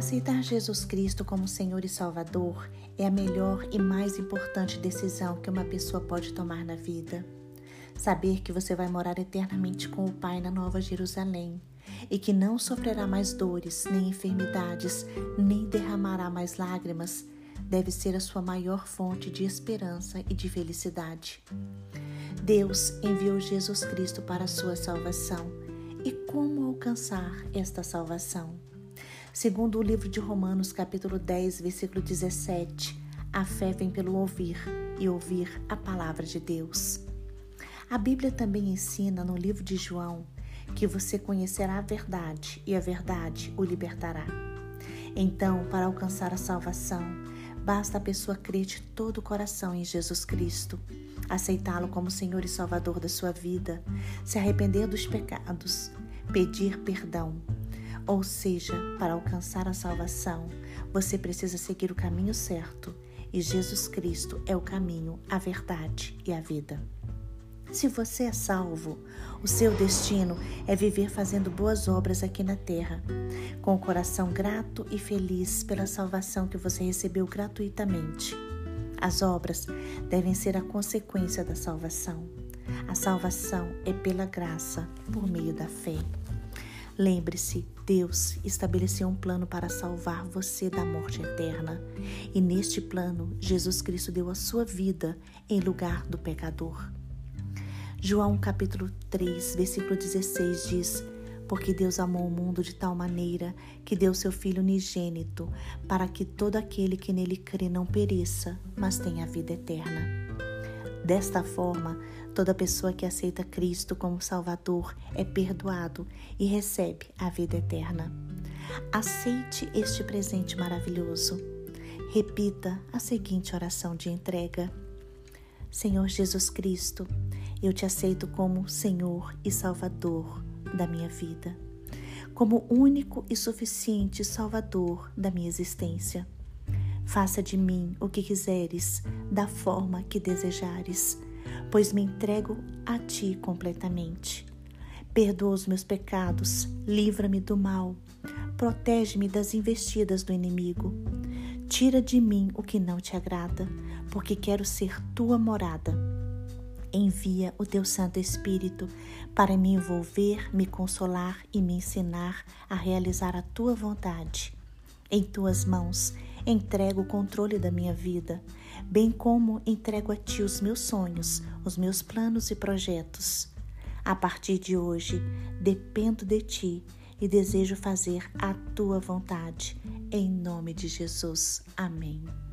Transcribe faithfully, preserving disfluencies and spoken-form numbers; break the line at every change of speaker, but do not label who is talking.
Aceitar Jesus Cristo como Senhor e Salvador é a melhor e mais importante decisão que uma pessoa pode tomar na vida. Saber que você vai morar eternamente com o Pai na Nova Jerusalém e que não sofrerá mais dores, nem enfermidades, nem derramará mais lágrimas, deve ser a sua maior fonte de esperança e de felicidade. Deus enviou Jesus Cristo para a sua salvação. E como alcançar esta salvação? Segundo o livro de Romanos, capítulo dez, versículo dezessete, a fé vem pelo ouvir e ouvir a palavra de Deus. A Bíblia também ensina no livro de João que você conhecerá a verdade e a verdade o libertará. Então, para alcançar a salvação, basta a pessoa crer de todo o coração em Jesus Cristo, aceitá-lo como Senhor e Salvador da sua vida, se arrepender dos pecados, pedir perdão. Ou seja, para alcançar a salvação, você precisa seguir o caminho certo, e Jesus Cristo é o caminho, a verdade e a vida. Se você é salvo, o seu destino é viver fazendo boas obras aqui na terra, com o coração grato e feliz pela salvação que você recebeu gratuitamente. As obras devem ser a consequência da salvação. A salvação é pela graça, por meio da fé. Lembre-se, Deus estabeleceu um plano para salvar você da morte eterna. E neste plano, Jesus Cristo deu a sua vida em lugar do pecador. João capítulo três, versículo dezesseis diz: porque Deus amou o mundo de tal maneira que deu seu Filho unigênito, para que todo aquele que nele crê não pereça, mas tenha a vida eterna. Desta forma, toda pessoa que aceita Cristo como Salvador é perdoado e recebe a vida eterna. Aceite este presente maravilhoso. Repita a seguinte oração de entrega: Senhor Jesus Cristo, eu te aceito como Senhor e Salvador da minha vida, como único e suficiente Salvador da minha existência. Faça de mim o que quiseres, da forma que desejares, pois me entrego a ti completamente. Perdoa os meus pecados, livra-me do mal, protege-me das investidas do inimigo. Tira de mim o que não te agrada, porque quero ser tua morada. Envia o teu Santo Espírito para me envolver, me consolar e me ensinar a realizar a tua vontade. Em tuas mãos entrego o controle da minha vida, bem como entrego a ti os meus sonhos, os meus planos e projetos. A partir de hoje, dependo de ti e desejo fazer a tua vontade. Em nome de Jesus. Amém.